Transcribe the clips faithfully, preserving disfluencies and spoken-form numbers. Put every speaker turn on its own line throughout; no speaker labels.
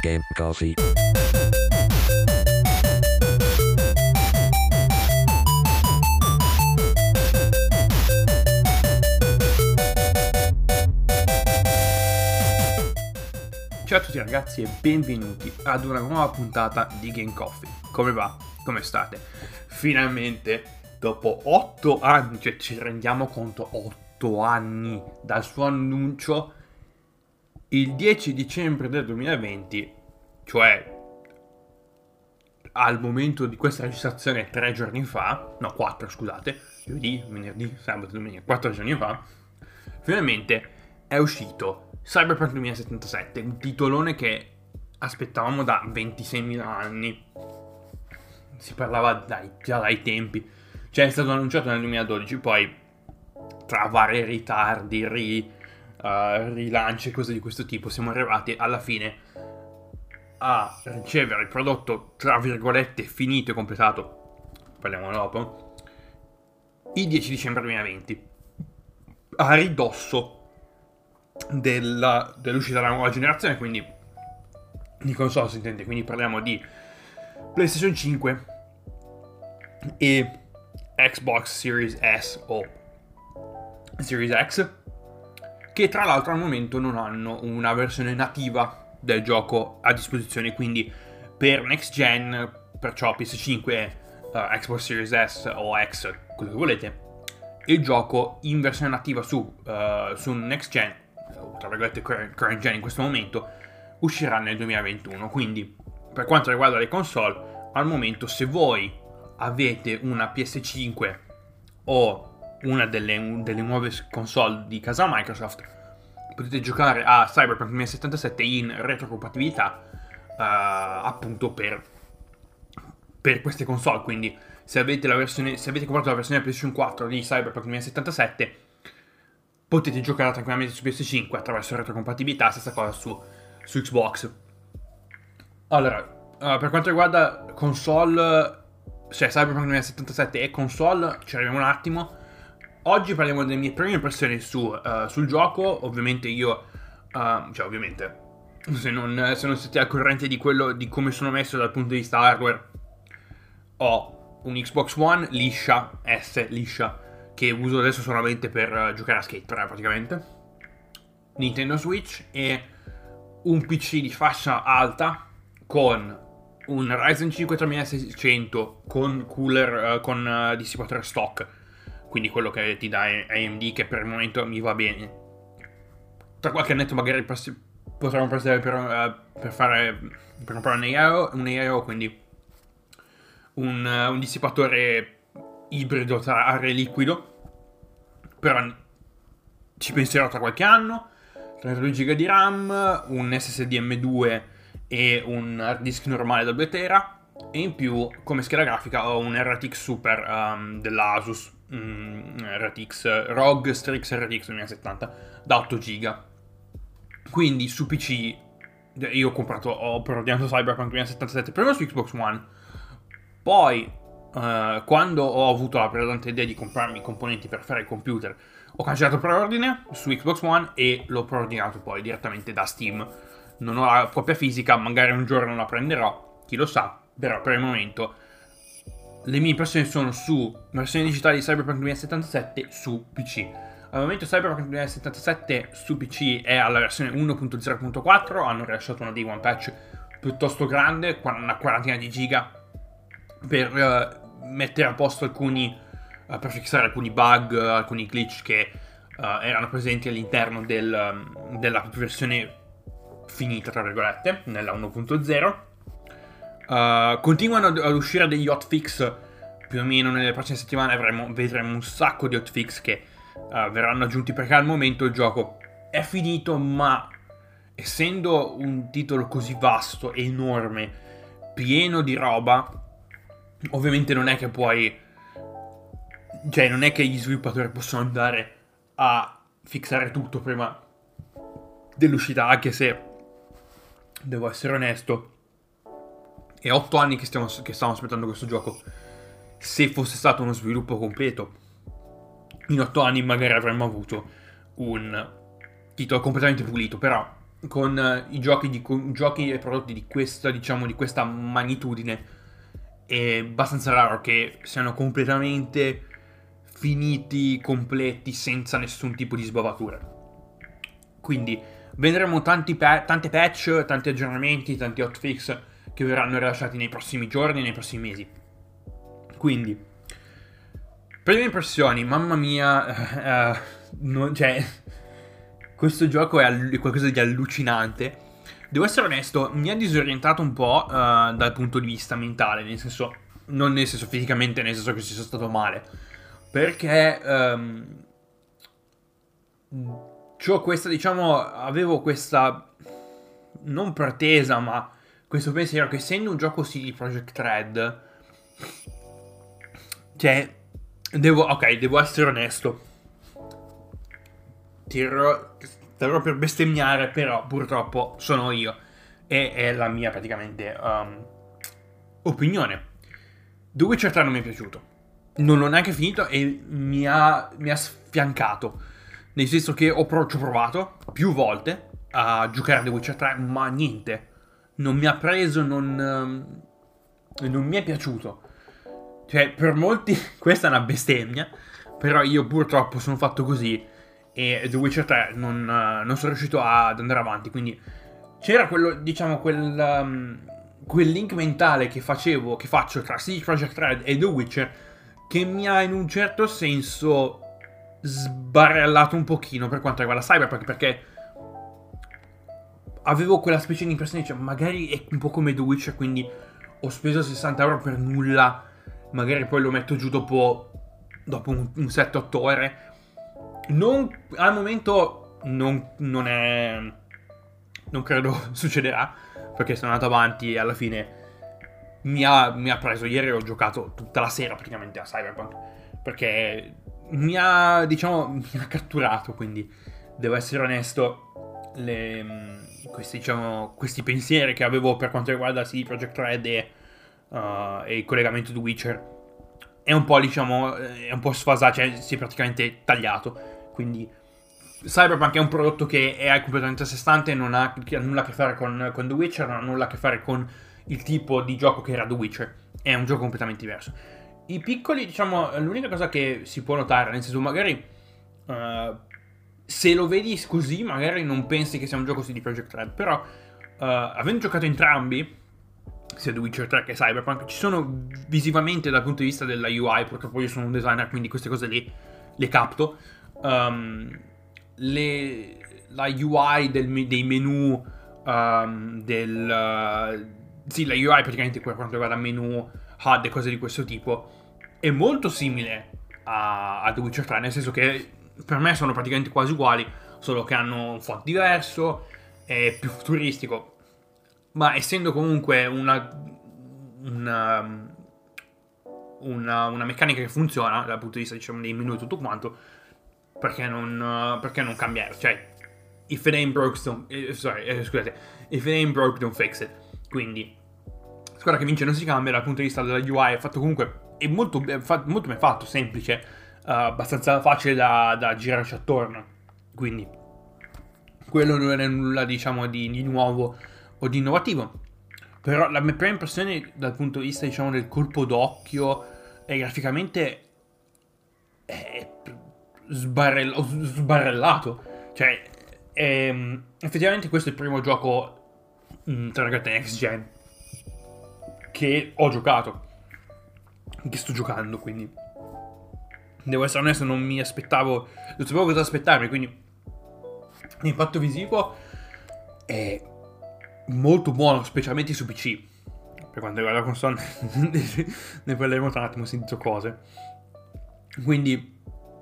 Game Coffee.
Ciao a tutti ragazzi e benvenuti ad una nuova puntata di Game Coffee. Come va? Come state? Finalmente, dopo otto anni, cioè ci rendiamo conto, otto anni dal suo annuncio, il dieci dicembre del duemilaventi, cioè al momento di questa registrazione tre giorni fa, no quattro scusate, giovedì, venerdì, sabato, domenica, quattro giorni fa, finalmente è uscito Cyberpunk duemilasettantasette, un titolone che aspettavamo da ventiseimila anni. Si parlava dai, già dai tempi. Cioè è stato annunciato nel duemiladodici, poi tra vari ritardi, ri, uh, rilanci e cose di questo tipo siamo arrivati alla fine a ricevere il prodotto tra virgolette finito e completato, parliamo dopo, il dieci dicembre duemilaventi, a ridosso Della, dell'uscita della nuova generazione, quindi di console si intende, quindi parliamo di PlayStation cinque e Xbox Series S o Series X, che tra l'altro al momento non hanno una versione nativa del gioco a disposizione, quindi per next gen, perciò P S cinque e uh, Xbox Series S o X, quello che volete, il gioco in versione nativa su, uh, su next gen, tra virgolette current gen in questo momento, uscirà nel duemilaventuno. Quindi per quanto riguarda le console, al momento se voi avete una P S cinque o una delle, delle nuove console di casa Microsoft, potete giocare a Cyberpunk duemilasettantasette in retrocompatibilità, uh, appunto per, per queste console. Quindi se avete la versione, se avete comprato la versione PlayStation quattro di Cyberpunk duemilasettantasette, potete giocare tranquillamente su P S cinque attraverso retrocompatibilità, stessa cosa su, su Xbox. Allora, uh, per quanto riguarda console, cioè Cyberpunk duemilasettantasette e console, ci arriviamo un attimo. Oggi parliamo delle mie prime impressioni su, uh, sul gioco. Ovviamente io, uh, cioè ovviamente, se non, se non siete al corrente di quello, di come sono messo dal punto di vista hardware, ho un Xbox One liscia, S liscia, che uso adesso solamente per uh, giocare a Skate tre praticamente, Nintendo Switch e un P C di fascia alta con un Ryzen cinque tremilaseicento con cooler, uh, con uh, dissipatore stock, quindi quello che ti dà A M D, che per il momento mi va bene. Tra qualche annetto magari passi, potremmo prestare per, uh, per fare per comprare un Aero, un Aero quindi un, uh, un dissipatore ibrido tra aria e liquido, però ci penserò tra qualche anno. trentadue giga di RAM, un S S D M due e un hard disk normale da due tera, e in più come scheda grafica ho un R T X Super um, dell'Asus, um, R T X R O G Strix R T X duemilasettanta da otto giga. Quindi su P C io ho comprato, ho preordinato Cyberpunk duemilasettantasette prima su Xbox One, poi Uh, quando ho avuto la brillante idea di comprarmi i componenti per fare il computer, ho cancellato il preordine su Xbox One e l'ho preordinato poi direttamente da Steam. Non ho la copia fisica, magari un giorno la prenderò, chi lo sa, però per il momento le mie impressioni sono su versione digitale di Cyberpunk duemilasettantasette su P C. Al momento Cyberpunk duemilasettantasette su P C è alla versione uno punto zero punto quattro, hanno rilasciato una day one patch piuttosto grande, una quarantina di giga, per uh, mettere a posto alcuni, uh, per fissare alcuni bug, uh, alcuni glitch che uh, erano presenti all'interno del, um, della versione finita, tra virgolette, nella uno punto zero. Uh, continuano ad, ad uscire degli hotfix, più o meno nelle prossime settimane avremo, vedremo un sacco di hotfix che uh, verranno aggiunti, perché al momento il gioco è finito, ma essendo un titolo così vasto, enorme, pieno di roba, ovviamente non è che puoi, cioè non è che gli sviluppatori possono andare a fissare tutto prima dell'uscita, anche se devo essere onesto, è otto anni che stiamo, che stiamo aspettando questo gioco. Se fosse stato uno sviluppo completo, in otto anni magari avremmo avuto un titolo completamente pulito, però con uh, i giochi, di, con giochi e prodotti di questa, diciamo, di questa magnitudine è abbastanza raro che siano completamente finiti, completi, senza nessun tipo di sbavatura. Quindi vedremo tanti pa- tante patch, tanti aggiornamenti, tanti hotfix che verranno rilasciati nei prossimi giorni, nei prossimi mesi. Quindi, prime impressioni, mamma mia, uh, non, cioè, questo gioco è, all- è qualcosa di allucinante. Devo essere onesto, mi ha disorientato un po' uh, dal punto di vista mentale, nel senso, non nel senso fisicamente, nel senso che ci sono stato male, perché um, c'ho questa, diciamo, avevo questa, non pretesa, ma questo pensiero che essendo un gioco sì di Project Red, cioè, devo, ok, devo essere onesto, tirerò, starò per bestemmiare, però purtroppo sono io e è la mia praticamente um, opinione. The Witcher tre non mi è piaciuto, non l'ho neanche finito e mi ha, mi ha sfiancato, nel senso che ho, pro- ci ho provato più volte a giocare a The Witcher tre, ma niente, non mi ha preso, non, um, non mi è piaciuto. Cioè, per molti questa è una bestemmia, però io purtroppo sono fatto così e The Witcher tre non, uh, non sono riuscito ad andare avanti, quindi c'era quello, diciamo, quel, um, quel link mentale che facevo, che faccio tra C D Projekt Red e The Witcher, che mi ha in un certo senso sbarrellato un pochino per quanto riguarda Cyberpunk, perché avevo quella specie di impressione, cioè magari è un po' come The Witcher, quindi ho speso sessanta euro per nulla, magari poi lo metto giù dopo, dopo un, un sette otto ore. Non, al momento non, non è, non credo succederà, perché sono andato avanti e alla fine mi ha, mi ha preso. Ieri ho giocato tutta la sera praticamente a Cyberpunk, perché mi ha, diciamo, mi ha catturato, quindi devo essere onesto, le, questi, diciamo, questi pensieri che avevo per quanto riguarda C D Projekt Red e, uh, e il collegamento di Witcher è un po', diciamo, è un po' sfasato, cioè si è praticamente tagliato. Quindi Cyberpunk è un prodotto che è completamente a sé stante, non ha, ha nulla a che fare con, con The Witcher, non ha nulla a che fare con il tipo di gioco che era The Witcher, è un gioco completamente diverso. I piccoli, diciamo, l'unica cosa che si può notare, nel senso magari uh, se lo vedi così magari non pensi che sia un gioco sì di Project Red, però uh, avendo giocato entrambi, sia The Witcher tre che Cyberpunk, ci sono visivamente dal punto di vista della U I, purtroppo io sono un designer quindi queste cose lì le capto, um, le, la U I del, dei menu, um, del... Uh, sì, la U I praticamente per quanto riguarda menu, H U D e cose di questo tipo, è molto simile a, a The Witcher tre, nel senso che per me sono praticamente quasi uguali, solo che hanno un font diverso, è più futuristico, ma essendo comunque una, una, una, una meccanica che funziona dal punto di vista, diciamo, dei menu e tutto quanto, perché non, perché non cambiare? Cioè, if it ain't broke, don't, eh, sorry, eh, scusate, if it ain't broke, don't fix it. Quindi, squadra che vince non si cambia, dal punto di vista della U I è fatto comunque, è molto, è fa, molto ben fatto, semplice, uh, abbastanza facile da, da girarci attorno. Quindi, quello non è nulla, diciamo, di, di nuovo o di innovativo. Però la mia prima impressione dal punto di vista, diciamo, del colpo d'occhio è graficamente è sbarrell- sbarrellato. Cioè, ehm, effettivamente questo è il primo gioco mh, tra virgolette next gen che ho giocato, che sto giocando, quindi devo essere onesto, non mi aspettavo, non sapevo cosa aspettarmi, quindi l'impatto visivo è molto buono, specialmente su P C. Per quanto riguarda la console ne parleremo tra un attimo, ho sentito cose. Quindi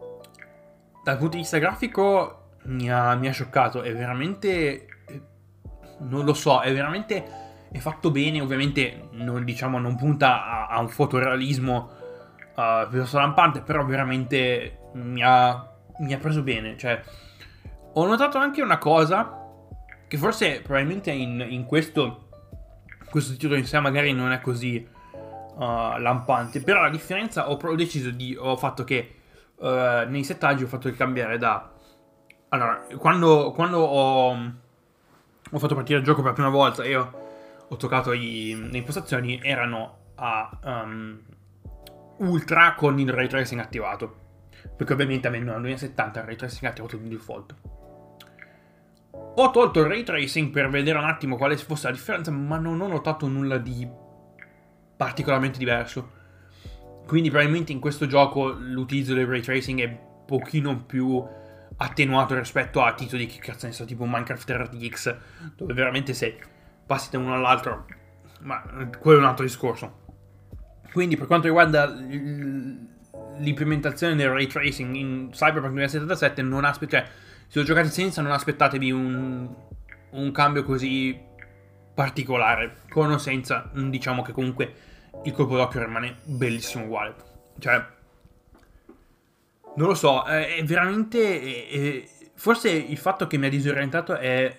dal punto di vista grafico mi ha, mi ha scioccato, è veramente, non lo so, è veramente, è fatto bene, ovviamente non, diciamo, non punta a, a un fotorealismo uh, piuttosto lampante, però veramente mi ha, mi ha preso bene. Cioè, ho notato anche una cosa che forse probabilmente in, in questo, questo titolo in sé magari non è così uh, lampante, però la differenza ho, ho deciso di, ho fatto che uh, nei settaggi ho fatto cambiare da, allora, quando, quando ho ho fatto partire il gioco per la prima volta, io ho toccato i, le impostazioni, erano a um, ultra con il ray tracing attivato, perché ovviamente avendo una duemilasettanta il ray tracing è attivato di default. Ho tolto il ray tracing per vedere un attimo quale fosse la differenza, ma non ho notato nulla di particolarmente diverso. Quindi probabilmente in questo gioco l'utilizzo del ray tracing è un pochino più attenuato rispetto a titoli che cazzo ne so, tipo Minecraft R T X, dove veramente se passi da uno all'altro, ma quello è un altro discorso. Quindi per quanto riguarda l'implementazione del ray tracing in Cyberpunk duemilasettantasette, non aspettate, cioè, se lo giocate senza, non aspettatevi un, un cambio così particolare. Con o senza, diciamo che comunque il colpo d'occhio rimane bellissimo uguale. Cioè, non lo so, è veramente... È, è, forse il fatto che mi ha disorientato è...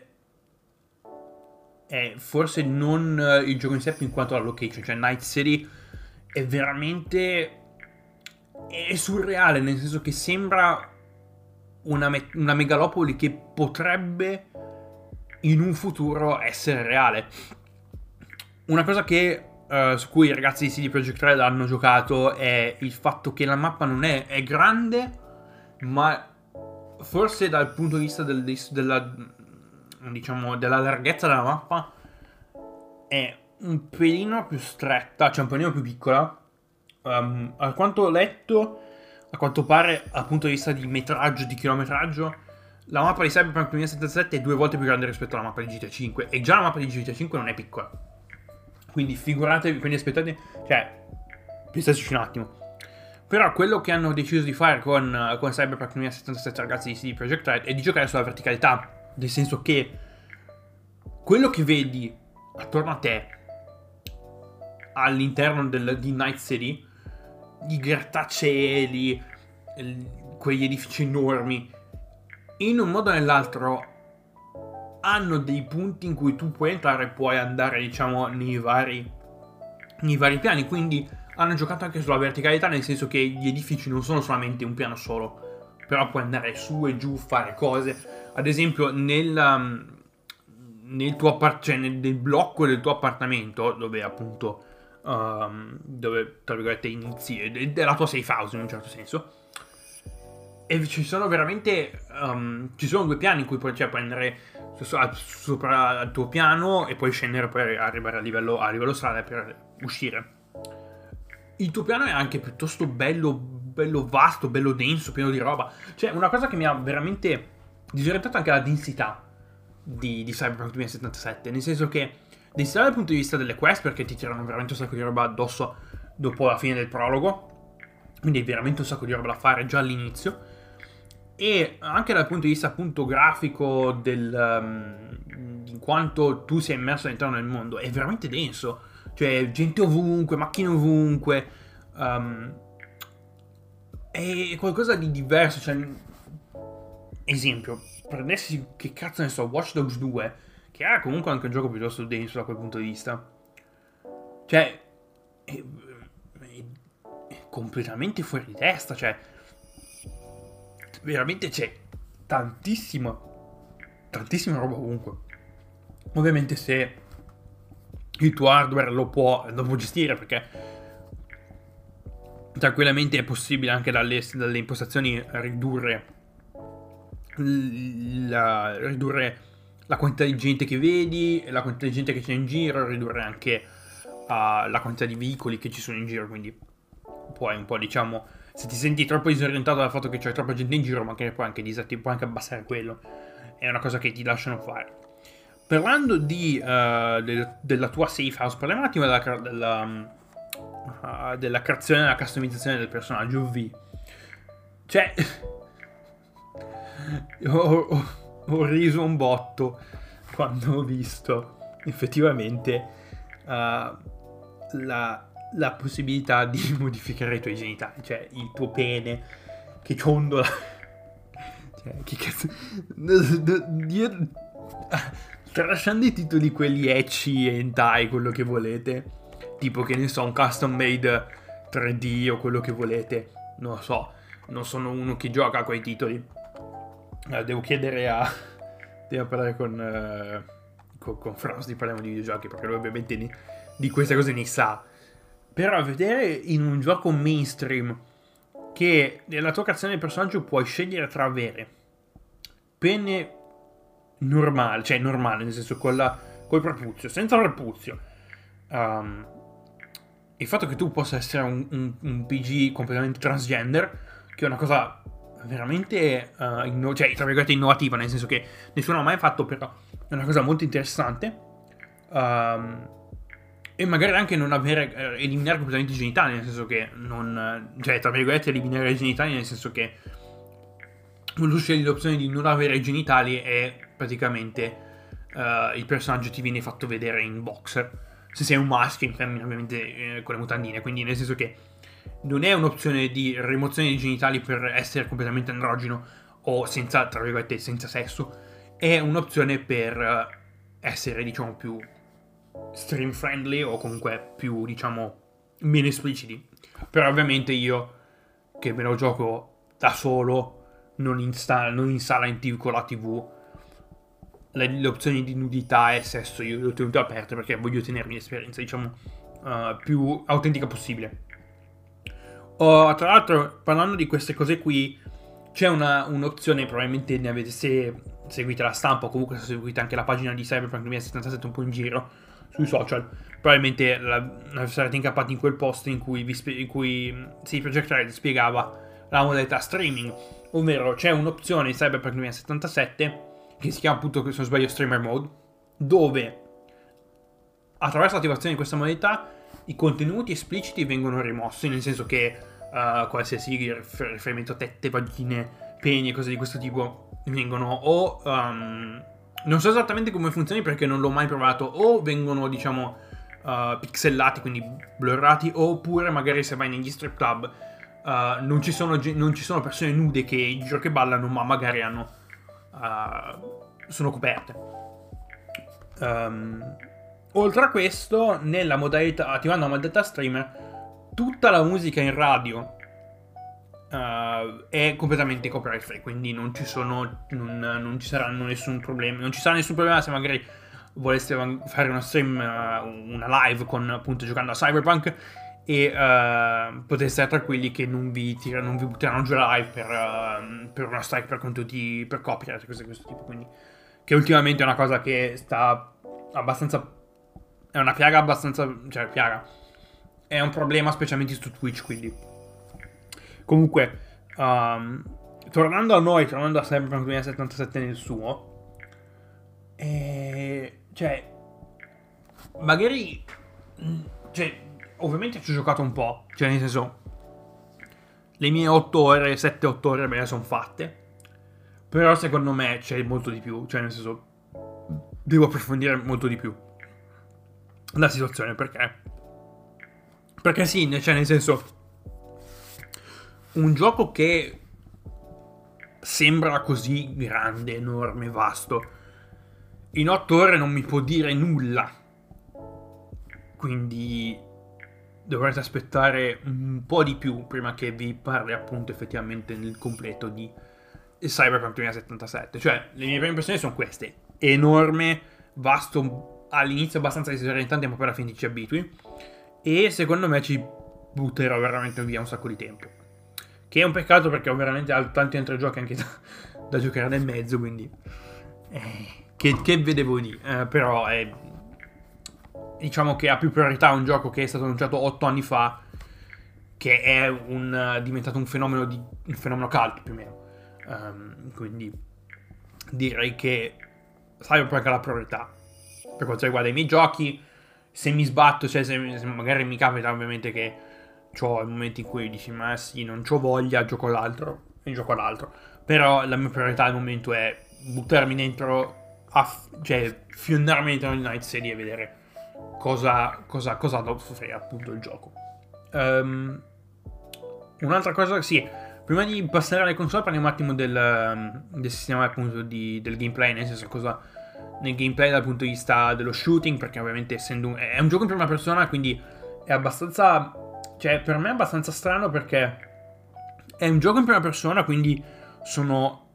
è forse non il gioco in sé in quanto alla location. Cioè Night City è veramente... è surreale, nel senso che sembra una, me- una megalopoli che potrebbe in un futuro essere reale. Una cosa che uh, su cui i ragazzi di C D Projekt Red hanno giocato è il fatto che la mappa non è, è grande, ma forse dal punto di vista del, della, diciamo, della larghezza della mappa è un pelino più stretta, cioè un pelino più piccola. Um, a quanto ho letto, a quanto pare, dal punto di vista di metraggio, di chilometraggio, la mappa di Cyberpunk duemilasettantasette è due volte più grande rispetto alla mappa di G T A cinque, e già la mappa di G T A cinque non è piccola. Quindi figuratevi, quindi aspettate, cioè, pensateci un attimo. Però quello che hanno deciso di fare con, con Cyberpunk duemilasettantasette, ragazzi di C D Projekt Red, è di giocare sulla verticalità, nel senso che quello che vedi attorno a te all'interno del, di Night City, i grattacieli, quegli edifici enormi, in un modo o nell'altro hanno dei punti in cui tu puoi entrare e puoi andare, diciamo, nei vari, nei vari piani. Quindi hanno giocato anche sulla verticalità, nel senso che gli edifici non sono solamente un piano solo, però puoi andare su e giù, fare cose. Ad esempio nel, nel tuo appart- cioè nel, nel blocco del tuo appartamento, dove appunto um, dove tra virgolette inizi, della tua safe house in un certo senso, e ci sono veramente um, ci sono due piani in cui puoi, cioè, puoi andare sopra il tuo piano e poi scendere per arrivare a livello, a livello strada per uscire. Il tuo piano è anche piuttosto bello, bello vasto, bello denso, pieno di roba. Cioè, una cosa che mi ha veramente disorientato anche la densità di, di Cyberpunk duemilasettantasette, nel senso che densità dal punto di vista delle quest, perché ti tirano veramente un sacco di roba addosso dopo la fine del prologo, quindi hai veramente un sacco di roba da fare già all'inizio, e anche dal punto di vista appunto grafico del um, in quanto tu sei immerso all'interno del mondo, è veramente denso, cioè gente ovunque, macchine ovunque, um, è qualcosa di diverso. Cioè, esempio, prendessi, che cazzo ne so, Watch Dogs due, che era comunque anche un gioco piuttosto denso da quel punto di vista, cioè è, è, è completamente fuori di testa, cioè veramente c'è tantissima, tantissima roba ovunque. Ovviamente se il tuo hardware lo può, lo può gestire, perché tranquillamente è possibile anche dalle, dalle impostazioni ridurre la, ridurre la quantità di gente che vedi, la quantità di gente che c'è in giro, ridurre anche uh, la quantità di veicoli che ci sono in giro, quindi puoi un po', diciamo, se ti senti troppo disorientato dal fatto che c'è troppa gente in giro, ma che puoi anche disattivare, puoi anche abbassare quello. È una cosa che ti lasciano fare. Parlando di, uh, de- della tua safe house, parliamo un attimo della, della, uh, della creazione e della customizzazione del personaggio V. Cioè, ho, ho, ho riso un botto quando ho visto effettivamente uh, la... la possibilità di modificare i tuoi genitali, cioè il tuo pene che ciondola, cioè che cazzo, io, tralasciando i titoli quelli ecchi e hentai, quello che volete, tipo che ne so, un custom made tre D o quello che volete, non lo so, non sono uno che gioca a quei titoli, allora, devo chiedere a devo parlare con uh, con, con Frosty parliamo di videogiochi, perché lui ovviamente di, di queste cose ne sa. Però vedere in un gioco mainstream che nella tua creazione del personaggio puoi scegliere tra avere penne normali, cioè normale, nel senso con la, col prepuzio, senza prepuzio, um, il fatto che tu possa essere un, un, un P G completamente transgender, che è una cosa veramente uh, inno- cioè, tra virgolette innovativa, nel senso che nessuno ha mai fatto, però è una cosa molto interessante. Um, e magari anche non avere, eh, eliminare completamente i genitali, nel senso che non, cioè tra virgolette eliminare i genitali, nel senso che quando scegli l'opzione di non avere i genitali e praticamente uh, il personaggio ti viene fatto vedere in boxer, se sei un maschio, in femmina ovviamente, eh, con le mutandine, quindi nel senso che non è un'opzione di rimozione dei genitali per essere completamente androgeno o senza, tra virgolette, senza sesso, è un'opzione per essere, diciamo, più stream friendly o comunque più, diciamo, meno espliciti. Però ovviamente io, che me lo gioco da solo, non in, sta- non in sala in tv con la tv, le, le opzioni di nudità e sesso io le ho tenute aperte perché voglio tenermi l'esperienza, diciamo, uh, più autentica possibile. Oh, tra l'altro, parlando di queste cose qui, c'è una, un'opzione, probabilmente ne avete, se seguite la stampa o comunque se seguite anche la pagina di Cyberpunk duemilasettantasette un po' in giro sui social, probabilmente la, la sarete incappati in quel post in cui, vi spie- in cui sì, Projekt Red spiegava la modalità streaming, ovvero c'è un'opzione in Cyberpunk duemilasettantasette che si chiama appunto, se non sbaglio, Streamer Mode, dove attraverso l'attivazione di questa modalità i contenuti espliciti vengono rimossi, nel senso che uh, qualsiasi riferimento a tette, vagine, peni e cose di questo tipo vengono o um, non so esattamente come funzioni perché non l'ho mai provato, o vengono, diciamo, uh, pixellati, quindi blurrati, oppure magari se vai negli strip club uh, non, ci sono, non ci sono persone nude che giro che ballano, ma magari hanno uh, sono coperte. um, Oltre a questo, nella modalità, attivando la modalità streamer, tutta la musica in radio uh, è completamente copyright free, quindi non ci sono, non, non ci saranno nessun problema, non ci sarà nessun problema se magari voleste fare una stream, uh, una live con, appunto, giocando a Cyberpunk, e uh, potete stare tranquilli che non vi tirano, non vi butteranno giù la live per, uh, per una strike per conto di, per copyright, cose di questo tipo, quindi che ultimamente è una cosa che sta abbastanza, è una piaga abbastanza, cioè piaga, è un problema specialmente su Twitch, quindi comunque um, tornando a noi, tornando a Cyberpunk duemilasettantasette nel suo, eh, cioè magari, cioè ovviamente ci ho giocato un po', cioè nel senso le mie otto ore, sette otto ore me le sono fatte, però secondo me c'è molto di più, cioè nel senso devo approfondire molto di più la situazione, perché perché sì, cioè nel senso un gioco che sembra così grande, enorme, vasto, in otto ore non mi può dire nulla, quindi dovrete aspettare un po' di più prima che vi parli appunto effettivamente nel completo di Cyberpunk duemilasettantasette. Cioè le mie prime impressioni sono queste: enorme, vasto, all'inizio abbastanza disorientante, ma poi alla fine ci abitui, e secondo me ci butterò veramente via un sacco di tempo, che è un peccato perché ho veramente tanti altri giochi anche da, da giocare nel mezzo, quindi eh, che, che vedevo lì, eh, però è, diciamo che ha più priorità un gioco che è stato annunciato otto anni fa, che è un, diventato un fenomeno di un fenomeno cult più o meno, um, quindi direi che Cyberpunk ha la priorità per quanto riguarda i miei giochi. Se mi sbatto, cioè se, se magari mi capita ovviamente che c'ho i momenti in cui dici ma sì, non c'ho voglia, gioco l'altro e gioco l'altro, però la mia priorità al momento è buttarmi dentro, a, cioè fiondarmi dentro il Night City e vedere cosa cosa cosa ha da offrire appunto il gioco. Um, un'altra cosa, sì, prima di passare alle console parliamo un attimo del, del sistema appunto di, del gameplay, nel senso cosa nel gameplay dal punto di vista dello shooting, perché ovviamente essendo un, è un gioco in prima persona, quindi è abbastanza, cioè per me è abbastanza strano perché è un gioco in prima persona, quindi sono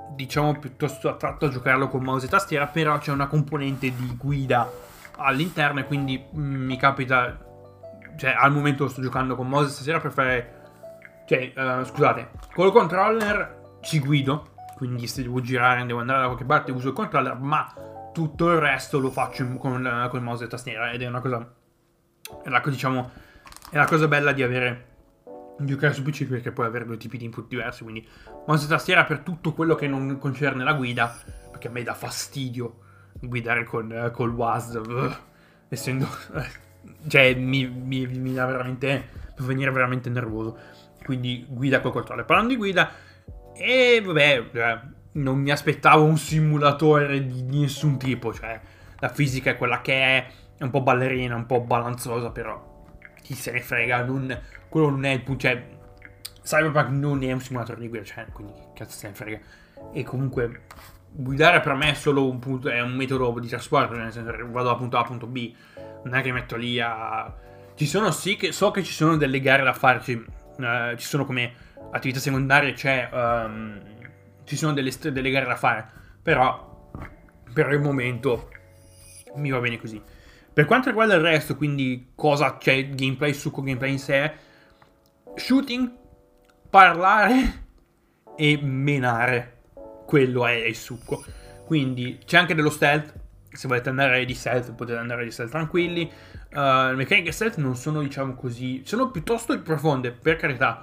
diciamo piuttosto attratto a giocarlo con mouse e tastiera, però c'è una componente di guida all'interno e quindi mh, mi capita, cioè al momento lo sto giocando con mouse e tastiera per fare, cioè uh, scusate, col controller ci guido, quindi se devo girare, devo andare da qualche parte uso il controller, ma tutto il resto lo faccio con, uh, con mouse e tastiera, ed è una cosa, è la, diciamo, è la cosa bella di avere giocare su P C, perché puoi avere due tipi di input diversi, quindi mouse e tastiera per tutto quello che non concerne la guida, perché a me dà fastidio guidare con, uh, col W A S D, uh, essendo cioè mi, mi, mi dà veramente, per venire veramente nervoso, quindi guida col controller. Parlando di guida, e vabbè, cioè, non mi aspettavo un simulatore di, di nessun tipo, cioè la fisica è quella che è, è un po' ballerina, un po' balanzosa, però chi se ne frega, non, quello non è il punto, cioè Cyberpunk non è un simulatore di guida, cioè, quindi che cazzo se ne frega. E comunque guidare per me è solo un punto, è un metodo di trasporto, nel senso che vado da punto A a punto B, non è che mi metto lì a... Ci sono, sì, che so che ci sono delle gare da farci, uh, ci sono come attività secondarie, c'è, um, ci sono delle, delle gare da fare, però per il momento mi va bene così. Per quanto riguarda il resto, quindi cosa c'è, gameplay, succo, gameplay in sé, shooting, parlare e menare, quello è il succo. Quindi c'è anche dello stealth, se volete andare di stealth potete andare di stealth tranquilli. Uh, le meccaniche stealth non sono, diciamo così, sono piuttosto profonde, per carità.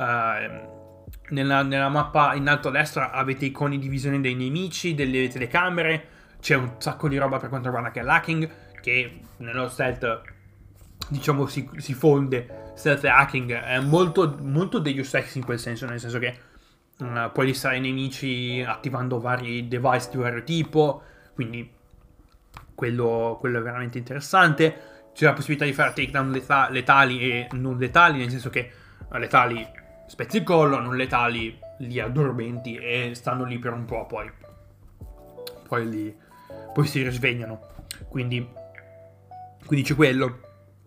Uh, nella, nella mappa in alto a destra avete icone di visione dei nemici, delle telecamere, c'è un sacco di roba per quanto riguarda che l'hacking, che nello stealth, diciamo, si, si fonde. Stealth e hacking è molto, molto Deus Ex in quel senso, nel senso che uh, puoi distrarre i nemici attivando vari device di vario tipo, quindi quello, quello è veramente interessante. C'è la possibilità di fare takedown leta- letali e non letali, nel senso che uh, letali spezzi il collo, non letali li addormenti e stanno lì per un po', poi poi, li, poi si risvegliano, quindi, quindi c'è quello.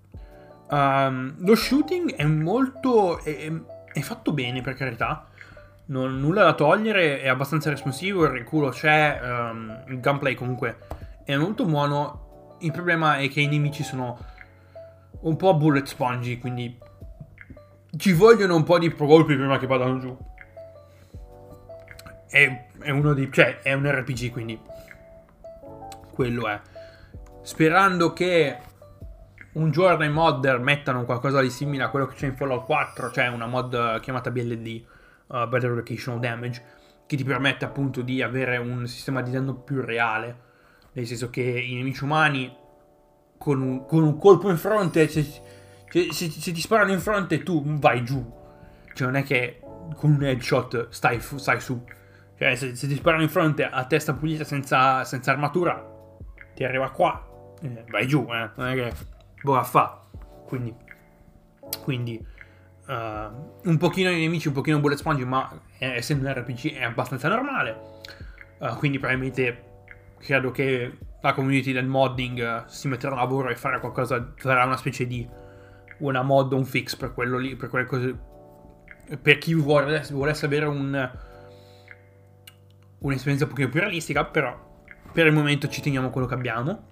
Um, lo shooting è molto è, è fatto bene, per carità, non, nulla da togliere, è abbastanza responsivo, il reculo c'è, um, il gunplay comunque è molto buono. Il problema è che i nemici sono un po' bullet spongy, quindi ci vogliono un po' di colpi prima che vadano giù. È, è uno di, cioè è un R P G, quindi quello è. Sperando che un giorno i modder mettano qualcosa di simile a quello che c'è in Fallout quattro, cioè una mod chiamata B L D, uh, Better Locational Damage, che ti permette appunto di avere un sistema di danno più reale, nel senso che i nemici umani con un, con un colpo in fronte, se, se, se, se ti sparano in fronte tu vai giù, cioè non è che con un headshot stai, stai su, cioè se, se ti sparano in fronte a testa pulita senza, senza armatura ti arriva qua, eh, vai giù, eh, non è che boh fa. Quindi, quindi uh, un pochino di nemici, un pochino bullet sponge, ma eh, essendo un R P G è abbastanza normale. Uh, quindi probabilmente credo che la community del modding uh, si metterà a lavoro e farà qualcosa, farà una specie di una mod, un fix per quello lì, per quelle cose, per chi vuole, volesse avere un un'esperienza un pochino più realistica. Però per il momento ci teniamo quello che abbiamo.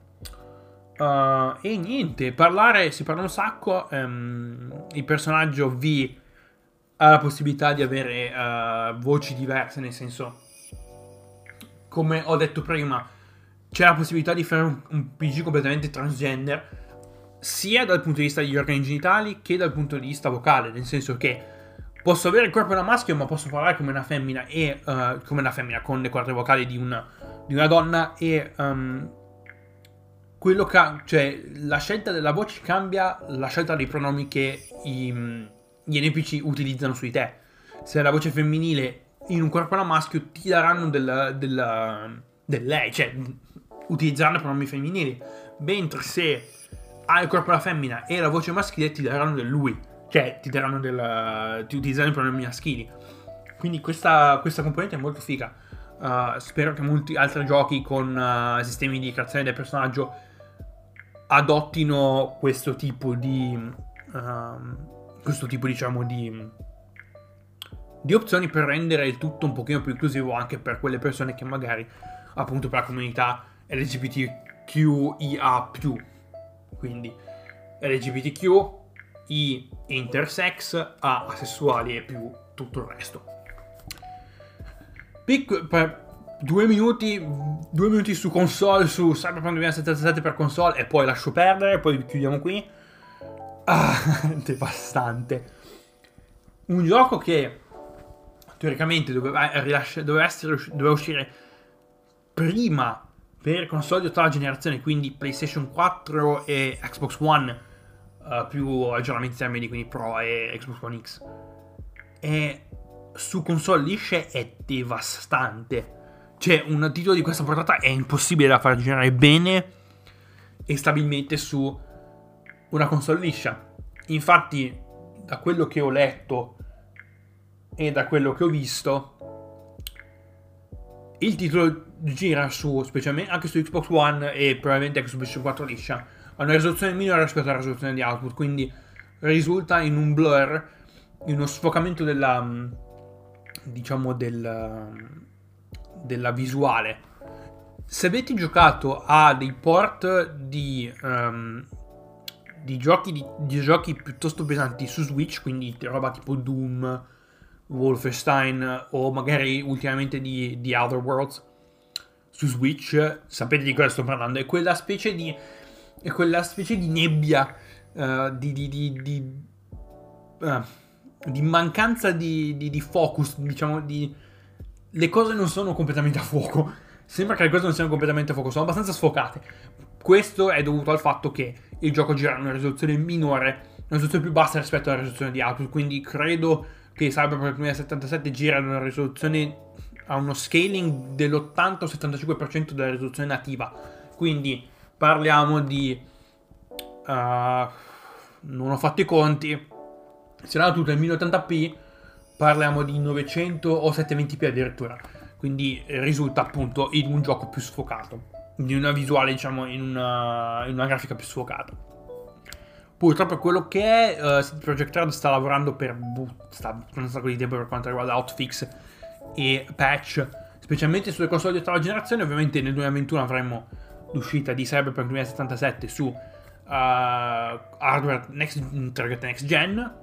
Uh, e niente, parlare, si parla un sacco. Um, il personaggio V ha la possibilità di avere uh, voci diverse, nel senso, come ho detto prima, c'è la possibilità di fare un, un P G completamente transgender, sia dal punto di vista degli organi genitali che dal punto di vista vocale, nel senso che posso avere il corpo da maschio ma posso parlare come una femmina, e uh, come una femmina con le corde vocali di una, di una donna, e um, quello ca- cioè la scelta della voce cambia la scelta dei pronomi che i, gli N P C utilizzano su di te. Se è la voce femminile in un corpo da maschio ti daranno del, del, del lei, cioè utilizzeranno pronomi femminili, mentre se hai il corpo da femmina e la voce maschile ti daranno del lui, cioè ti daranno del, ti utilizzano i pronomi maschili. Quindi questa, questa componente è molto figa. Uh, spero che molti altri giochi con uh, sistemi di creazione del personaggio adottino questo tipo di uh, questo tipo, diciamo, di di opzioni per rendere il tutto un pochino più inclusivo anche per quelle persone che magari, appunto, per la comunità L G B T Q I A più, quindi L G B T Q, I intersex, A asessuali e più tutto il resto. Pic- per due minuti due minuti su console, su Cyberpunk duemilasettantasette per console, e poi lascio perdere, poi chiudiamo qui. Ah, devastante. Un gioco che teoricamente doveva, rilasci- doveva, essere, doveva uscire prima per console di ottava generazione, quindi PlayStation quattro e Xbox One, uh, più aggiornamenti termini, quindi Pro e Xbox One X, e su console lisce è devastante. Cioè, un titolo di questa portata è impossibile da far girare bene e stabilmente su una console liscia. Infatti, da quello che ho letto e da quello che ho visto, il titolo gira su, specialmente anche su Xbox One e probabilmente anche su PlayStation quattro liscia, ha una risoluzione minore rispetto alla risoluzione di output, quindi risulta in un blur, in uno sfocamento della, diciamo, del, della visuale. Se avete giocato a dei port di um, di giochi di, di giochi piuttosto pesanti su Switch, quindi roba tipo Doom, Wolfenstein o magari ultimamente di, di Outer Worlds su Switch, sapete di cosa sto parlando. È quella specie di è quella specie di nebbia, uh, di di di, di, uh, di mancanza di, di, di focus, diciamo, di le cose non sono completamente a fuoco. Sembra che le cose non siano completamente a fuoco, sono abbastanza sfocate. Questo è dovuto al fatto che il gioco gira a una risoluzione minore, una risoluzione più bassa rispetto alla risoluzione di output, quindi credo che Cyberpunk duemilasettantasette gira a una risoluzione, a uno scaling dell'ottanta o settantacinque per cento della risoluzione nativa. Quindi parliamo di uh, non ho fatto i conti, se era tutto in mille ottanta p, parliamo di novecento o settecentoventi p addirittura. Quindi risulta appunto in un gioco più sfocato, di una visuale, diciamo, in una, in una grafica più sfocata. Purtroppo è quello che è. uh, C D Projekt Red sta lavorando per sta un sacco di tempo per quanto riguarda hotfix e patch, specialmente sulle console di ottava generazione. Ovviamente nel duemilaventuno avremo l'uscita di Cyberpunk duemilasettantasette su uh, hardware next, next gen.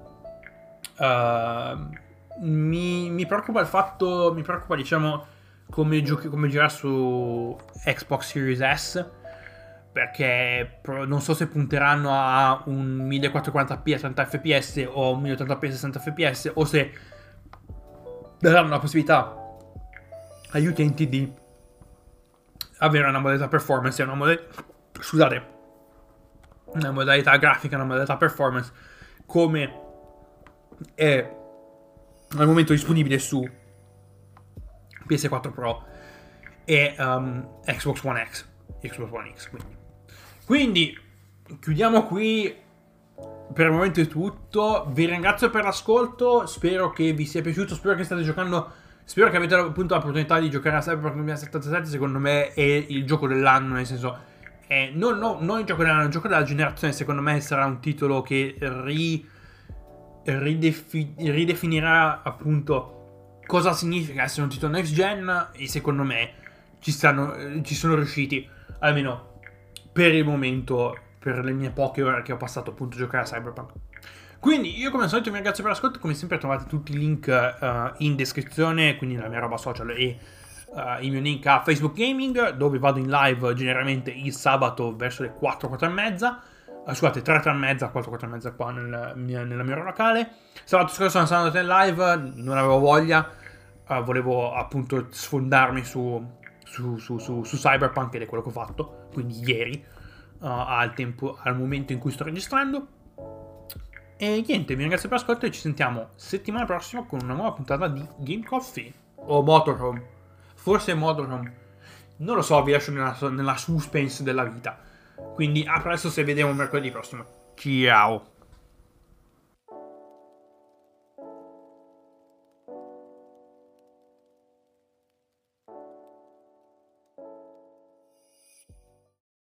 Uh, mi, mi preoccupa il fatto, mi preoccupa, diciamo, come, giochi, come girare su Xbox Series S, perché non so se punteranno a un millequattrocentoquaranta p a trenta f p s o un mille ottanta p a sessanta f p s, o se daranno la possibilità agli utenti di avere una modalità performance e una modalità, scusate, una modalità grafica, una modalità performance come è al momento disponibile su P S quattro Pro e um, Xbox One X, Xbox One X, quindi. Quindi chiudiamo qui, per il momento è tutto. Vi ringrazio per l'ascolto, spero che vi sia piaciuto, spero che state giocando, spero che avete appunto l'opportunità di giocare a Cyberpunk duemilasettantasette. Secondo me è il gioco dell'anno, nel senso è, no, no, non il gioco dell'anno, il gioco della generazione. Secondo me sarà un titolo che ri, ridefi, ridefinirà appunto cosa significa essere un titolo next gen, e secondo me ci, stanno, ci sono riusciti, almeno per il momento, per le mie poche ore che ho passato appunto a giocare a Cyberpunk. Quindi io come al solito vi ringrazio per l'ascolto, come sempre trovate tutti i link uh, in descrizione, quindi la mia roba social e uh, il mio link a Facebook Gaming, dove vado in live generalmente il sabato verso le quattro, quattro e mezza, uh, scusate, tre, tre e mezza, quattro, quattro e mezza qua nel, mia, nella mia ora locale. Sabato scorso sono andato in live, non avevo voglia, uh, volevo appunto sfondarmi su... Su, su, su, su Cyberpunk, ed è quello che ho fatto, quindi ieri, uh, al tempo, al momento in cui sto registrando. E niente, vi ringrazio per l'ascolto e ci sentiamo settimana prossima con una nuova puntata di Game Coffee o Motorhome, forse Motorhome, non lo so, vi lascio nella, nella suspense della vita. Quindi a presto, se vediamo mercoledì prossimo. Ciao.